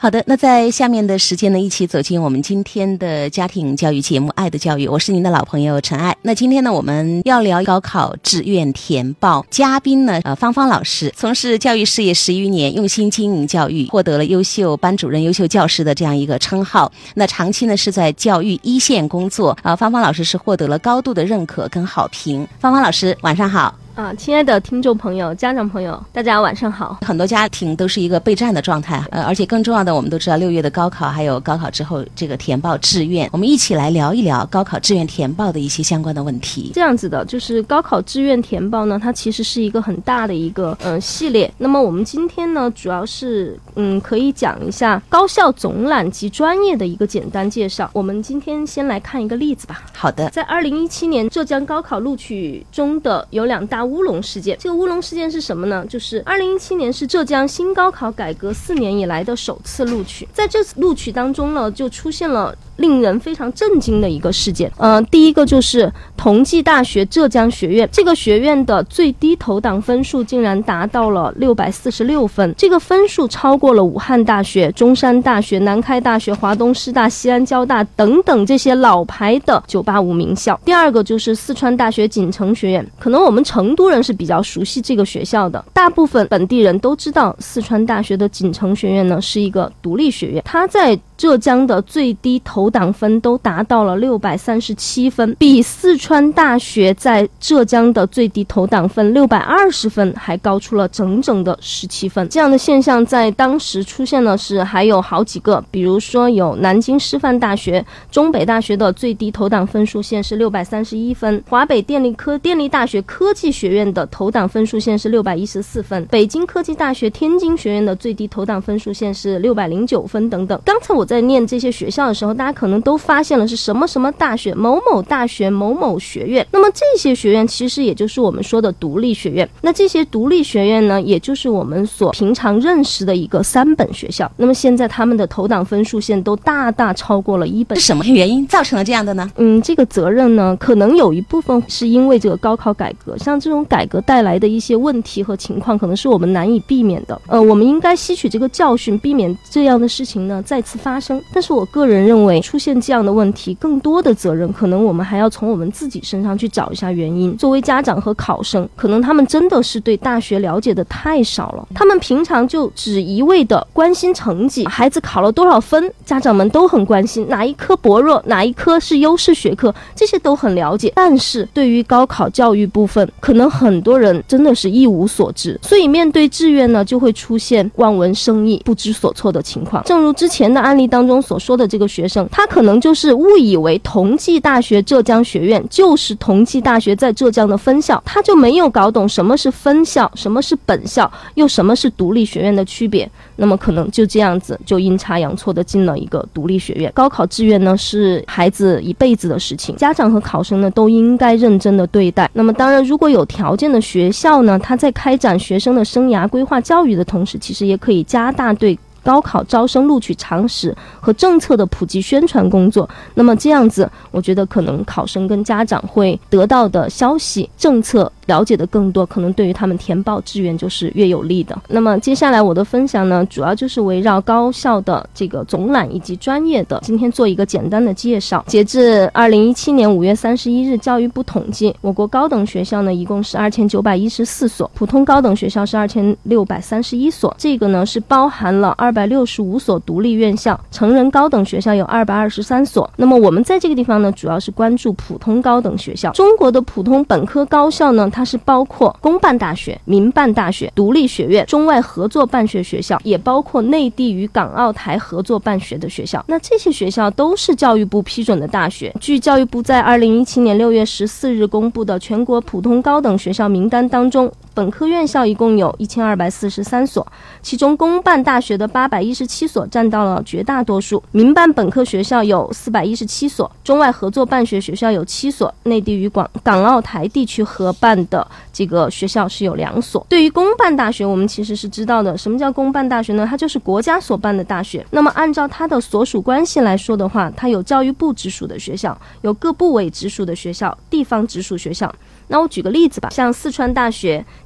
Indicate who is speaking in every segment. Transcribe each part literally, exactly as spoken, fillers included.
Speaker 1: 好的，那在下面的时间呢，一起走进我们今天的家庭教育节目《爱的教育》，我是您的老朋友陈爱。那今天呢，我们要聊高考志愿填报，嘉宾呢，呃，芳芳老师从事教育事业十余年，用心经营教育，获得了优秀班主任、优秀教师的这样一个称号。那长期呢是在教育一线工作，啊、呃，芳芳老师是获得了高度的认可跟好评。芳芳老师，晚上好。
Speaker 2: 啊，亲爱的听众朋友、家长朋友，大家晚上好。
Speaker 1: 很多家庭都是一个备战的状态，呃，而且更重要的，我们都知道六月的高考，还有高考之后这个填报志愿，我们一起来聊一聊高考志愿填报的一些相关的问题。
Speaker 2: 这样子的，就是高考志愿填报呢，它其实是一个很大的一个嗯、呃、系列。那么我们今天呢，主要是嗯可以讲一下高校总揽及专业的一个简单介绍。我们今天先来看一个例子吧。
Speaker 1: 好的，
Speaker 2: 在二零一七年浙江高考录取中的有两大乌龙事件。这个乌龙事件是什么呢？就是二零一七年是浙江新高考改革四年以来的首次录取，在这次录取当中呢，就出现了令人非常震惊的一个事件。呃，第一个就是同济大学浙江学院，这个学院的最低投档分数竟然达到了六百四十六分，这个分数超过了武汉大学、中山大学、南开大学、华东师大、西安交大等等这些老牌的九八五名校。第二个就是四川大学锦城学院，可能我们成都人是比较熟悉这个学校的，大部分本地人都知道四川大学的锦城学院呢是一个独立学院，它在浙江的最低投档分都达到了六百三十七分，比四川大学在浙江的最低投档分六百二十分还高出了整整的十七分。这样的现象在当时出现的是还有好几个，比如说有南京师范大学、中北大学的最低投档分数线是六百三十一分，华北电力科电力大学科技学院的投档分数线是六百一十四分，北京科技大学天津学院的最低投档分数线是六百零九分等等。刚才我在念这些学校的时候，大家可能都发现了是什么什么大学、某某大学、某某学院。那么这些学院其实也就是我们说的独立学院。那这些独立学院呢，也就是我们所平常认识的一个三本学校。那么现在他们的投档分数线都大大超过了一本。
Speaker 1: 是什么原因造成了这样的呢？
Speaker 2: 嗯，这个责任呢，可能有一部分是因为这个高考改革，像这种改革带来的一些问题和情况，可能是我们难以避免的。呃，我们应该吸取这个教训，避免这样的事情呢再次发生。但是我个人认为，出现这样的问题，更多的责任可能我们还要从我们自己身上去找一下原因。作为家长和考生，可能他们真的是对大学了解的太少了，他们平常就只一味的关心成绩，孩子考了多少分，家长们都很关心，哪一科薄弱，哪一科是优势学科，这些都很了解。但是对于高考教育部分，可能很多人真的是一无所知，所以面对志愿呢，就会出现望文生义、不知所措的情况。正如之前的案例当中所说的，这个学生他可能就是误以为同济大学浙江学院就是同济大学在浙江的分校，他就没有搞懂什么是分校，什么是本校，又什么是独立学院的区别。那么可能就这样子就阴差阳错的进了一个独立学院。高考志愿呢是孩子一辈子的事情，家长和考生呢都应该认真的对待。那么当然，如果有条件的学校呢，他在开展学生的生涯规划教育的同时，其实也可以加大对高考招生录取常识和政策的普及宣传工作。那么这样子，我觉得可能考生跟家长会得到的消息、政策了解的更多，可能对于他们填报志愿就是越有利的。那么接下来我的分享呢，主要就是围绕高校的这个总揽以及专业的，今天做一个简单的介绍。截至二零一七年五月三十一日，教育部统计，我国高等学校呢一共是二千九百一十四所，普通高等学校是二千六百三十一所，这个呢是包含了二百六十五所独立院校，成人高等学校有二百二十三所。那么我们在这个地方呢，主要是关注普通高等学校。中国的普通本科高校呢，它是包括公办大学、民办大学、独立学院、中外合作办学学校，也包括内地与港澳台合作办学的学校。那这些学校都是教育部批准的大学。据教育部在二零一七年六月十四日公布的全国普通高等学校名单当中，本科院校一共有一千二百四十三所，其中公办大学的八百一十七所占到了绝大多数，民办本科学校有四百一十七所，中外合作办学学校有七所，内地与广港澳台地区合办的这个学校是有两所。对于公办大学，我们其实是知道的，什么叫公办大学呢？它就是国家所办的大学。那么按照它的所属关系来说的话，它有教育部直属的学校，有各部委直属的学校，地方直属学校。那我举个例子吧，像四川大学、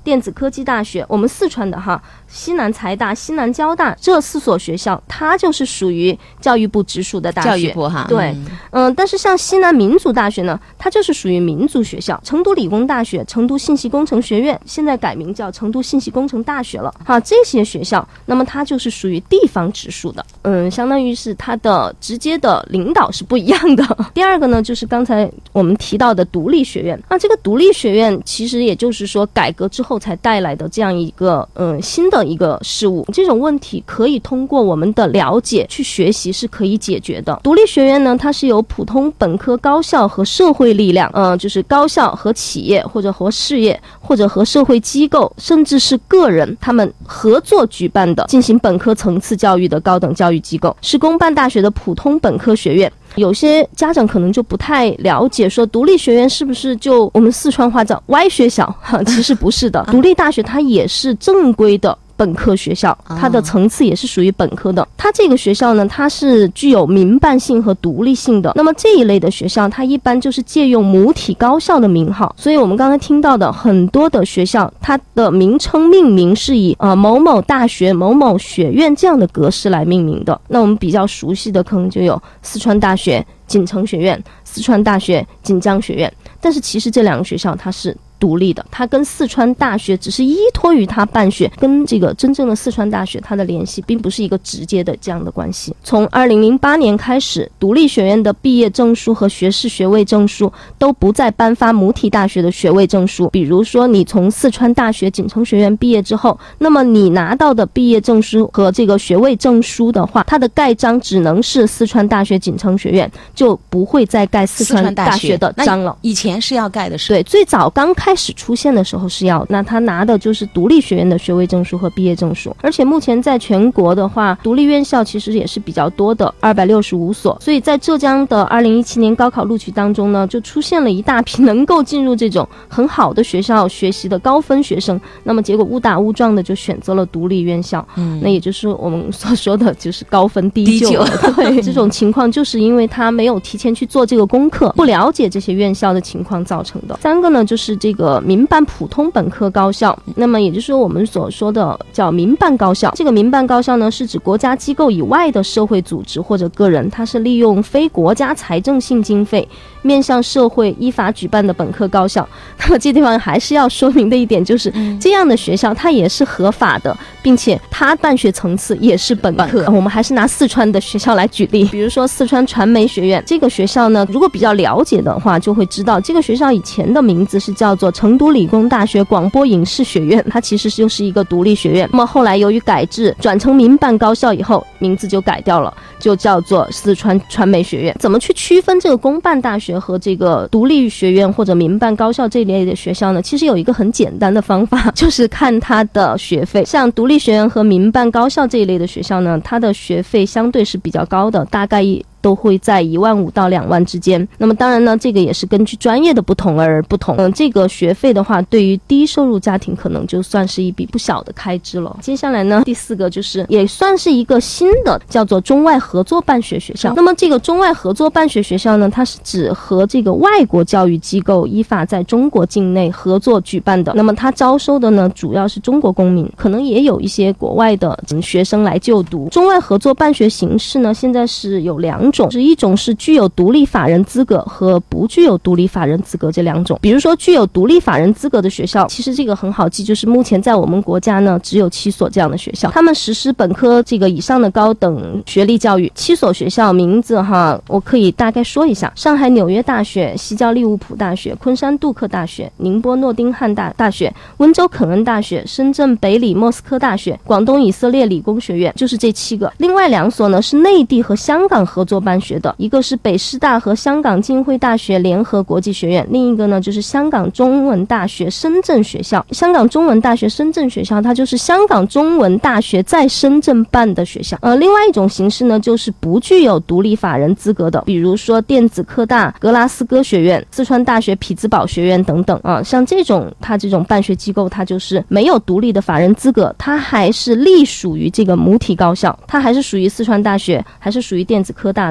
Speaker 2: 电子科技大学，我们四川的哈，西南财大、西南交大这四所学校，它就是属于教育部直属的大学。
Speaker 1: 教育部哈，
Speaker 2: 对，嗯、呃，但是像西南民族大学呢，它就是属于民族学校。成都理工大学、成都信息工程学院现在改名叫成都信息工程大学了。哈，这些学校，那么它就是属于地方直属的，嗯，相当于是它的直接的领导是不一样的。第二个呢，就是刚才我们提到的独立学院。那这个独立学院其实也就是说改革之后才带来的这样一个嗯新的一个事物，这种问题可以通过我们的了解去学习是可以解决的。独立学院呢，它是由普通本科高校和社会力量，嗯，就是高校和企业或者和事业或者和社会机构，甚至是个人，他们合作举办的进行本科层次教育的高等教育机构，是公办大学的普通本科学院。有些家长可能就不太了解，说独立学院是不是就我们四川话叫歪学校？哈，其实不是的，独立大学它也是正规的本科学校，它的层次也是属于本科的。它这个学校呢，它是具有民办性和独立性的。那么这一类的学校，它一般就是借用母体高校的名号。所以我们刚才听到的很多的学校，它的名称命名是以呃某某大学、某某学院这样的格式来命名的。那我们比较熟悉的可能就有四川大学锦城学院、四川大学锦江学院。但是其实这两个学校它是独立的，它跟四川大学只是依托于它办学，跟这个真正的四川大学它的联系并不是一个直接的这样的关系。从二零零八年开始，独立学院的毕业证书和学士学位证书都不再颁发母体大学的学位证书。比如说你从四川大学锦城学院毕业之后，那么你拿到的毕业证书和这个学位证书的话，它的盖章只能是四川大学锦城学院，就不会再盖四川大学的章了。
Speaker 1: 以前是要盖的是，
Speaker 2: 对，最早刚开始出现的时候是要，那他拿的就是独立学院的学位证书和毕业证书。而且目前在全国的话，独立院校其实也是比较多的，二百六十五所。所以在浙江的二零一七年高考录取当中呢，就出现了一大批能够进入这种很好的学校学习的高分学生，那么结果误打误撞的就选择了独立院校，嗯，那也就是我们所说的就是高分低就了。对，这种情况就是因为他没有提前去做这个功课，不了解这些院校的情况造成的。三个呢，就是这个民办普通本科高校，那么也就是说我们所说的叫民办高校。这个民办高校呢，是指国家机构以外的社会组织或者个人，它是利用非国家财政性经费面向社会依法举办的本科高校。那么这地方还是要说明的一点就是，嗯、这样的学校它也是合法的，并且它办学层次也是本科。本科我们还是拿四川的学校来举例，比如说四川传媒学院这个学校呢，如果比较了解的话，就会知道这个学校以前的名字是叫做成都理工大学广播影视学院，它其实就是一个独立学院。那么后来由于改制转成民办高校以后，名字就改掉了，就叫做四川传媒学院。怎么去区分这个公办大学和这个独立学院或者民办高校这类的学校呢？其实有一个很简单的方法，就是看它的学费。像独立学院和民办高校这一类的学校呢，它的学费相对是比较高的，大概都会在一万五到两万之间。那么当然呢，这个也是根据专业的不同而不同。嗯，这个学费的话，对于低收入家庭可能就算是一笔不小的开支了。接下来呢，第四个就是也算是一个新的，叫做中外合作办学学校。那么这个中外合作办学学校呢，它是指和这个外国教育机构依法在中国境内合作举办的。那么它招收的呢，主要是中国公民，可能也有一些国外的学生来就读。中外合作办学形式呢，现在是有两种，是一种是具有独立法人资格和不具有独立法人资格这两种。比如说具有独立法人资格的学校，其实这个很好记，就是目前在我们国家呢只有七所这样的学校，他们实施本科这个以上的高等学历教育。七所学校名字哈，我可以大概说一下：上海纽约大学、西交利物浦大学、昆山杜克大学、宁波诺丁汉大大学、温州肯恩大学、深圳北理莫斯科大学、广东以色列理工学院，就是这七个。另外两所呢是内地和香港合作办学的，一个是北师大和香港浸会大学联合国际学院，另一个呢就是香港中文大学深圳学校。香港中文大学深圳学校，它就是香港中文大学在深圳办的学校。呃，另外一种形式呢，就是不具有独立法人资格的，比如说电子科大、格拉斯哥学院、四川大学匹兹堡学院等等啊。像这种它这种办学机构，它就是没有独立的法人资格，它还是隶属于这个母体高校，它还是属于四川大学，还是属于电子科大的。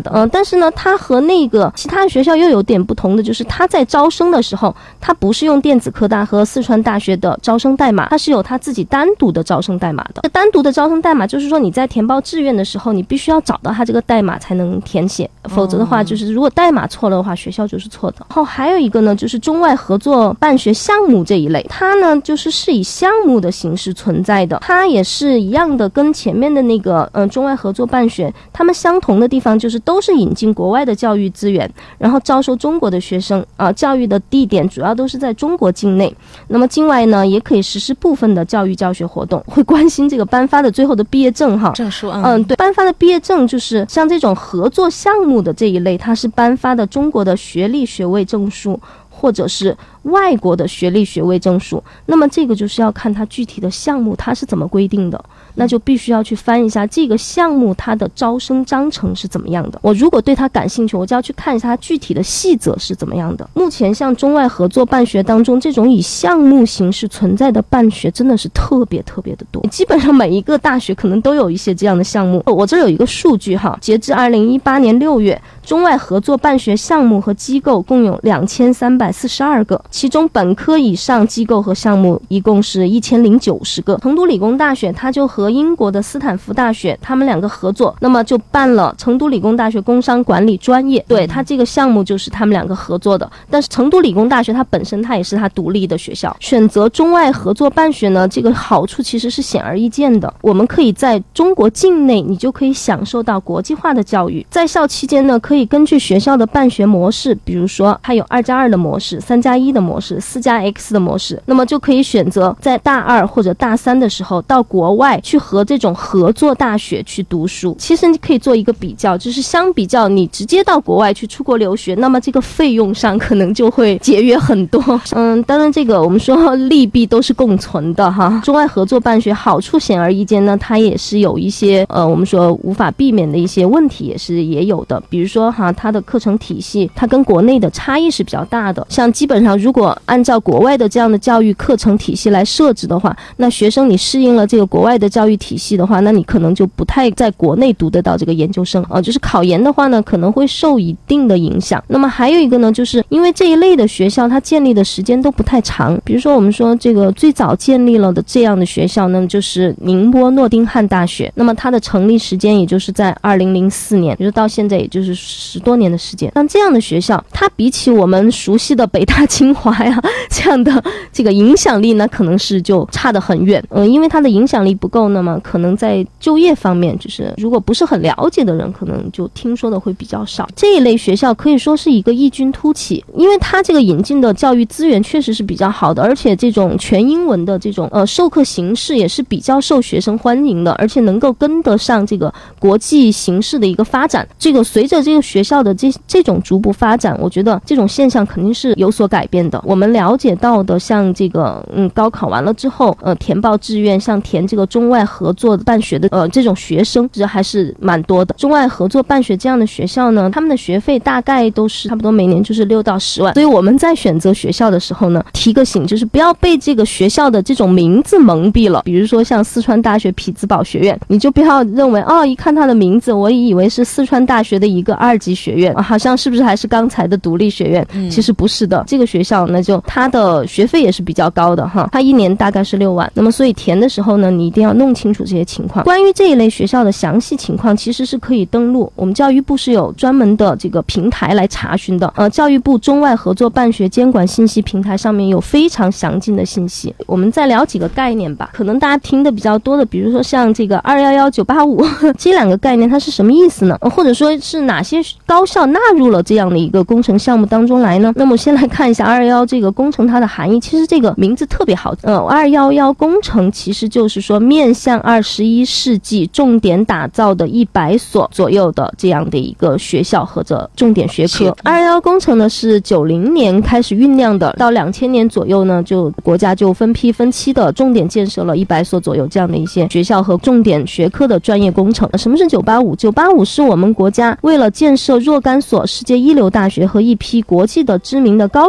Speaker 2: 的。嗯、呃，但是呢，它和那个其他学校又有点不同的，就是它在招生的时候，它不是用电子科大和四川大学的招生代码，它是有它自己单独的招生代码的。单独的招生代码就是说你在填报志愿的时候，你必须要找到它这个代码才能填写，否则的话就是如果代码错了的话，学校就是错的。然后还有一个呢，就是中外合作办学项目这一类，它呢就是是以项目的形式存在的，它也是一样的，跟前面的那个呃中外合作办学，它们相同的地方就是都是引进国外的教育资源，然后招收中国的学生啊、呃，教育的地点主要都是在中国境内。那么境外呢，也可以实施部分的教育教学活动，会关心这个颁发的最后的毕业证哈，
Speaker 1: 证书。嗯，
Speaker 2: 嗯，对，颁发的毕业证就是像这种合作项目的这一类，它是颁发的中国的学历学位证书，或者是外国的学历学位证书。那么这个就是要看它具体的项目它是怎么规定的，那就必须要去翻一下这个项目它的招生章程是怎么样的。我如果对它感兴趣，我就要去看一下它具体的细则是怎么样的。目前像中外合作办学当中，这种以项目形式存在的办学真的是特别特别的多，基本上每一个大学可能都有一些这样的项目。我这有一个数据哈，截至二零一八年六月，中外合作办学项目和机构共有两千三百四十二个，其中本科以上机构和项目一共是一千零九十个。成都理工大学它就和英国的斯坦福大学他们两个合作，那么就办了成都理工大学工商管理专业，对，它这个项目就是他们两个合作的。但是成都理工大学它本身它也是它独立的学校，选择中外合作办学呢，这个好处其实是显而易见的。我们可以在中国境内，你就可以享受到国际化的教育。在校期间呢，可以根据学校的办学模式，比如说它有二加二的模式、三加一的模式、四加 X 的模式，那么就可以选择在大二或者大三的时候到国外去和这种合作大学去读书。其实你可以做一个比较，就是相比较你直接到国外去出国留学，那么这个费用上可能就会节约很多。嗯，当然这个我们说利弊都是共存的哈。中外合作办学好处显而易见呢，它也是有一些呃我们说无法避免的一些问题，也是也有的。比如说哈，它的课程体系它跟国内的差异是比较大的。像基本上如果按照国外的这样的教育课程体系来设置的话，那学生你适应了这个国外的教育体系的话，那你可能就不太在国内读得到这个研究生啊、呃，就是考研的话呢，可能会受一定的影响。那么还有一个呢，就是因为这一类的学校它建立的时间都不太长，比如说我们说这个最早建立了的这样的学校呢，就是宁波诺丁汉大学，那么它的成立时间也就是在二零零四年，比如到现在也就是十多年的时间。像这样的学校，它比起我们熟悉的北大清华呀这样的这个影响力呢，可能是就差得很远。嗯、呃，因为它的影响力不够，那么可能在就业方面，就是如果不是很了解的人，可能就听说的会比较少。这一类学校可以说是一个异军突起，因为它这个引进的教育资源确实是比较好的，而且这种全英文的这种呃授课形式也是比较受学生欢迎的，而且能够跟得上这个国际形势的一个发展。这个随着这个学校的这这种逐步发展，我觉得这种现象肯定是有所改变的。我们了解到的，像这个嗯高考完了之后，呃填报志愿，像填这个中外合作办学的呃这种学生，这还是蛮多的。中外合作办学这样的学校呢，他们的学费大概都是差不多每年就是六到十万。所以我们在选择学校的时候呢，提个醒，就是不要被这个学校的这种名字蒙蔽了。比如说像四川大学匹兹堡学院，你就不要认为哦，一看它的名字，我以为是四川大学的一个二级学院，啊、好像是不是还是刚才的独立学院？嗯、其实不是的，这个学校呢，就它的学费也是比较高的哈，它一年大概是六万。那么所以填的时候呢，你一定要弄清楚这些情况。关于这一类学校的详细情况，其实是可以登录我们教育部是有专门的这个平台来查询的。呃，教育部中外合作办学监管信息平台上面有非常详尽的信息。我们再聊几个概念吧，可能大家听的比较多的，比如说像这个二一一九八五这两个概念，它是什么意思呢？或者说是哪些高校纳入了这样的一个工程项目当中来呢？那么我先来看一下二一一这个工程它的含义。其实这个名字特别好，呃，二一一工程其实就是说面向二十一世纪重点打造的一百所左右的这样的一个学校或者重点学科。二一一工程呢是九零年开始酝酿的，到两千年左右呢，就国家就分批分期的重点建设了一百所左右这样的一些学校和重点学科的专业工程。什么是九八五？九八五是我们国家为了建设若干所世界一流大学和一批国际的知名的高水平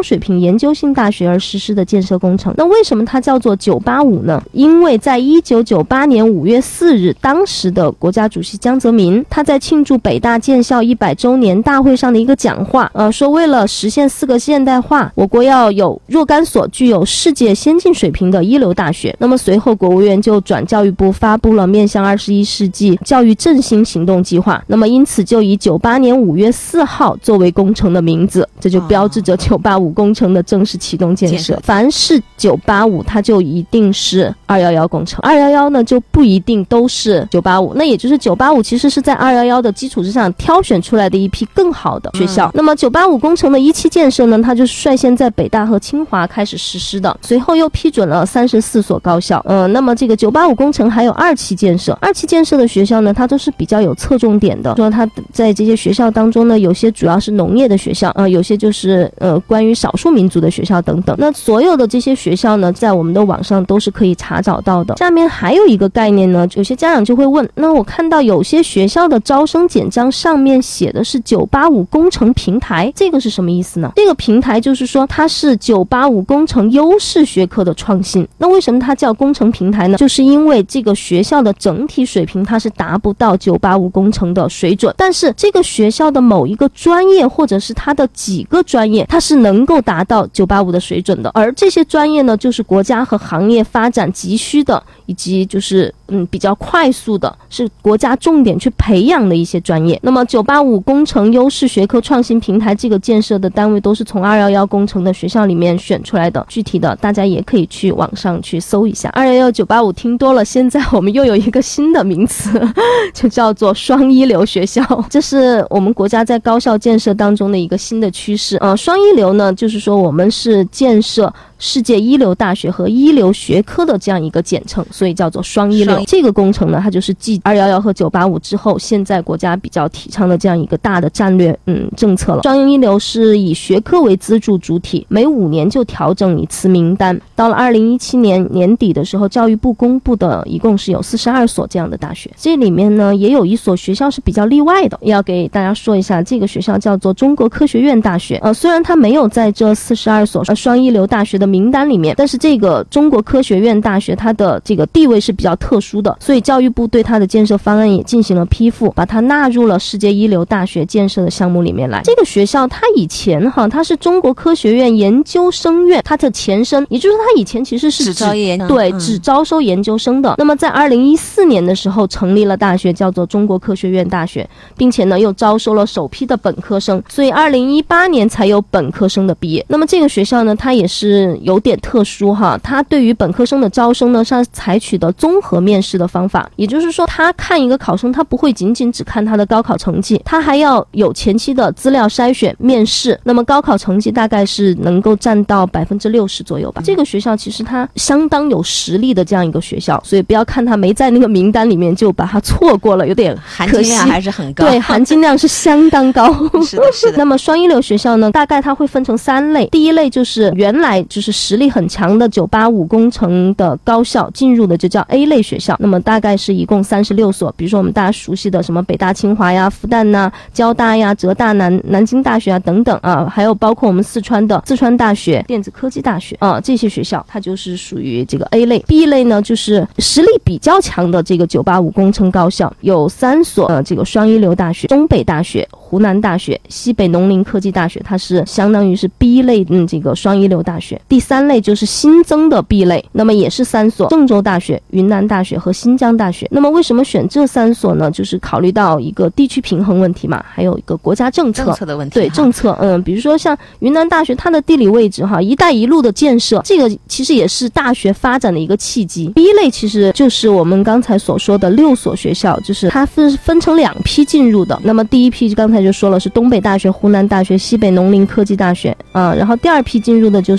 Speaker 2: 研究性大学而实施的建设工程。那为什么它叫做九八五呢？因为在一九九八年五月四日，当时的国家主席江泽民他在庆祝北大建校一百周年大会上的一个讲话，呃，说为了实现四个现代化，我国要有若干所具有世界先进水平的一流大学。那么随后国务院就转教育部发布了面向二十一世纪教育振兴行动计划，那么因此就以九八年五月四号作为工程的名字，这就标志着九八五工程的正式启动建设。凡是九八五它就一定是二一一工程，二一一呢就不一定都是九八五，那也就是九八五其实是在二一一的基础之上挑选出来的一批更好的学校。嗯、那么九八五工程的一期建设呢，它就是率先在北大和清华开始实施的，随后又批准了三十四所高校。呃，那么这个九八五工程还有二期建设，二期建设的学校呢，它都是比较有侧重点的，说它在这些学校当中呢，有些主要是农业的学校，呃，有些就是呃关于少数民族的学校等等。那所有的这些学校呢，在我们的网上都是可以查找到的。下面还有一个概念呢，有些家长就会问，那我看到有些学校的招生简章上面写的是九八五工程平台，这个是什么意思呢？这个平台就是说它是九八五工程优势学科的创新。那为什么它叫工程平台呢？就是因为这个学校的整体水平它是达不到九八五工程的水准，但是这个学校的某一个专业或者是它的几个专业，它是能够达到九八五的水准的。而这些专业呢，就是国家和行业发展急需的，以及就是嗯比较快速的，是国家重点去培养的一些专业。那么九八五工程优势学科创新平台这个建设的单位都是从二一一工程的学校里面选出来的，具体的大家也可以去网上去搜一下。二一一九八五听多了，现在我们又有一个新的名词，就叫做双一流学校，这是我们国家在高校建设当中的一个新的趋势。呃，双一流呢，就是说我们是建设世界一流大学和一流学科的这样一个简称，所以叫做双一流。这个工程呢，它就是继二一一和九八五之后，现在国家比较提倡的这样一个大的战略嗯政策了。双一流是以学科为资助主体，每五年就调整一次名单。到了二零一七年年底的时候，教育部公布的一共是有四十二所这样的大学，这里面呢也有一所学校是比较例外的，要给大家说一下，这个学校叫做中国科学院大学。呃，虽然它没有在这四十二所呃双一流大学的名单里面，但是这个中国科学院大学它的这个地位是比较特殊的，所以教育部对它的建设方案也进行了批复，把它纳入了世界一流大学建设的项目里面来。这个学校它以前哈，它是中国科学院研究生院，它的前身，也就是说它以前其实是只
Speaker 1: 招研
Speaker 2: 对、
Speaker 1: 嗯、
Speaker 2: 只招收研究生的。那么在二零一四年的时候成立了大学，叫做中国科学院大学，并且呢又招收了首批的本科生，所以二零一八年才有本科生的毕业。那么这个学校呢，它也是有点特殊哈，它对于本科生的招生呢，是采取的综合面试的方法，也就是说，他看一个考生，他不会仅仅只看他的高考成绩，他还要有前期的资料筛选、面试。那么高考成绩大概是能够占到百分之六十左右吧。这个学校其实它相当有实力的这样一个学校，所以不要看他没在那个名单里面就把它错过了，有点
Speaker 1: 含金量还是很高。
Speaker 2: 对，含金量是相当高。
Speaker 1: 是的，是的。
Speaker 2: 那么双一流学校呢，大概它会分成三类。第一类就是原来就是实力很强的九八五工程的高校进入的就叫 A 类学校，那么大概是一共三十六所，比如说我们大家熟悉的什么北大清华呀、复旦呐、交大呀、浙大、南南京大学啊等等啊，还有包括我们四川的四川大学、电子科技大学啊，这些学校它就是属于这个 A 类。B 类呢，就是实力比较强的这个九八五工程高校，有三所呃这个双一流大学，东北大学、湖南大学、西北农林科技大学，它是相当于是 B 类嗯这个双一流大学。第三类就是新增的 B 类，那么也是三所，郑州大学、云南大学和新疆大学。那么为什么选这三所呢？就是考虑到一个地区平衡问题嘛，还有一个国家政策
Speaker 1: 政策的问题。
Speaker 2: 对，政策，嗯，比如说像云南大学，它的地理位置哈，一带一路的建设，这个其实也是大学发展的一个契机。B 类其实就是我们刚才所说的六所学校，就是它分分成两批进入的。那么第一批刚才就说了是东北大学、湖南大学、西北农林科技大学啊，然后第二批进入的就是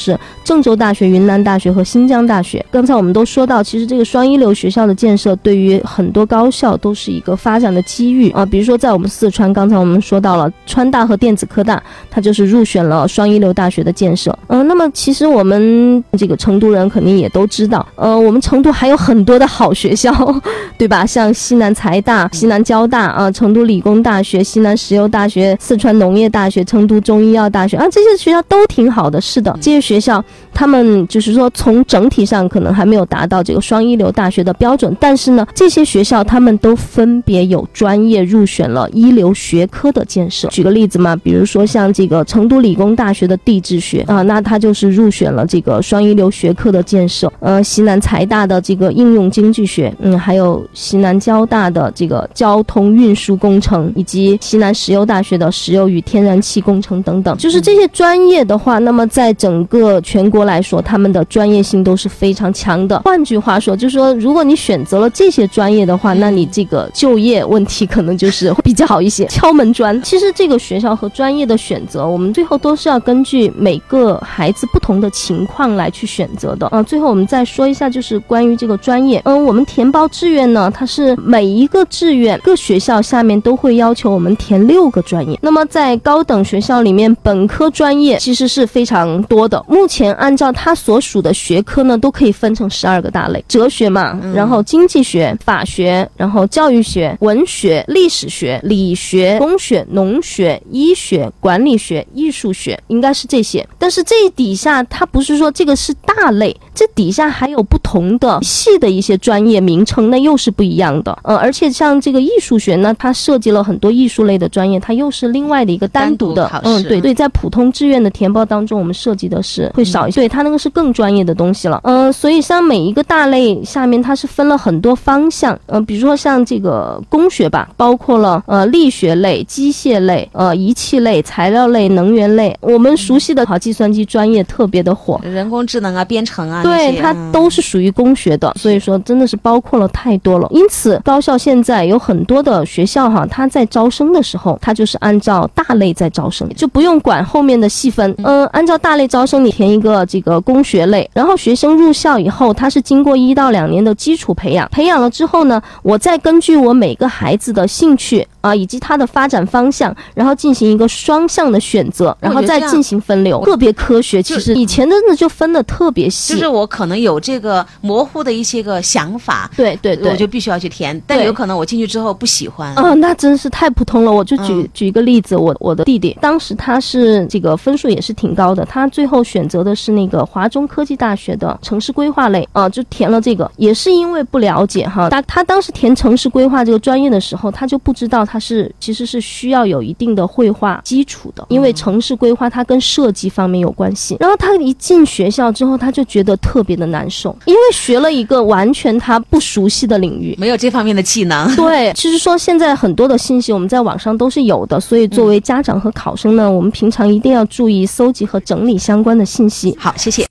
Speaker 2: 郑州大学、云南大学和新疆大学。刚才我们都说到，其实这个双一流学校的建设对于很多高校都是一个发展的机遇啊。比如说在我们四川，刚才我们说到了川大和电子科大，它就是入选了双一流大学的建设。嗯、呃，那么其实我们这个成都人肯定也都知道，呃，我们成都还有很多的好学校，对吧？像西南财大、西南交大啊、成都理工大学、西南石油大学、四川农业大学、成都中医药大学啊，这些学校都挺好的。是的，这些学校他们就是说从整体上可能还没有达到这个双一流大学的标准，但是呢，这些学校他们都分别有专业入选了一流学科的建设。举个例子嘛，比如说像这个成都理工大学的地质学啊，那它就是入选了这个双一流学科的建设。呃，西南财大的这个应用经济学，嗯，还有西南交大的这个交通运输工程，以及西南石油大学的石油与天然气工程等等，就是这些专业的话，那么在整个全国来说，他们的专业性都是非常强的。换句话说，就是说，如果你选择了这些专业的话，那你这个就业问题可能就是会比较好一些。敲门砖，其实这个学校和专业的选择，我们最后都是要根据每个孩子不同的情况来去选择的。啊、呃，最后我们再说一下，就是关于这个专业，嗯、呃，我们填报志愿呢，它是每一个志愿各学校下面都会要求我们填六个专业。那么在高等学校里面，本科专业其实是非常多的。目前按照它所属的学科呢，都可以分成十二个大类，哲学嘛，然后经济学、法学，然后教育学、文学、历史学、理学、工学、农学、医学、管理学、艺术学，应该是这些。但是这底下它不是说这个是大类，这底下还有不同的细的一些专业名称，那又是不一样的。呃，而且像这个艺术学呢，它涉及了很多艺术类的专业，它又是另外的一个单独的。嗯，对对，在普通志愿的填报当中，我们涉及的是会少一些，对，它那个是更专业的东西了。嗯、呃，所以像每一个大类下面，它是分了很多方向。呃，比如说像这个工学吧，包括了呃力学类、机械类、呃仪器类、材料类、能源类。我们熟悉的好计算机专业特别的火，
Speaker 1: 人工智能啊、编程啊，
Speaker 2: 对，它都是属于工学的。所以说真的是包括了太多了。因此，高校现在有很多的学校哈，它在招生的时候，它就是按照大类在招生，就不用管后面的细分。嗯、呃，按照大类招生，你填一个这个工学类，然后学生入校以后，他是经过一到两年的基础培养，培养了之后呢，我再根据我每个孩子的兴趣啊，以及他的发展方向，然后进行一个双向的选择，然后再进行分流。特别科学，其实以前真的就分得特别细。
Speaker 1: 就是我可能有这个模糊的一些个想法，
Speaker 2: 对对对，
Speaker 1: 我就必须要去填，但有可能我进去之后不喜欢。
Speaker 2: 啊、哦，那真是太普通了。我就举、嗯、举一个例子，我我的弟弟当时他是这个分数也是挺高的，他最后选择的是那个华中科技大学的城市规划类啊、呃，就填了这个，也是因为不了解哈。他他当时填城市规划这个专业的时候，他就不知道他是其实是需要有一定的绘画基础的，因为城市规划它跟设计方面有关系。然后他一进学校之后，他就觉得特别的难受，因为学了一个完全他不熟悉的领域，
Speaker 1: 没有这方面的技能。
Speaker 2: 对，其实说现在很多的信息我们在网上都是有的，所以作为家长和考生呢，我们平常一定要注意搜集和整理相关的信息。
Speaker 1: 好，谢谢。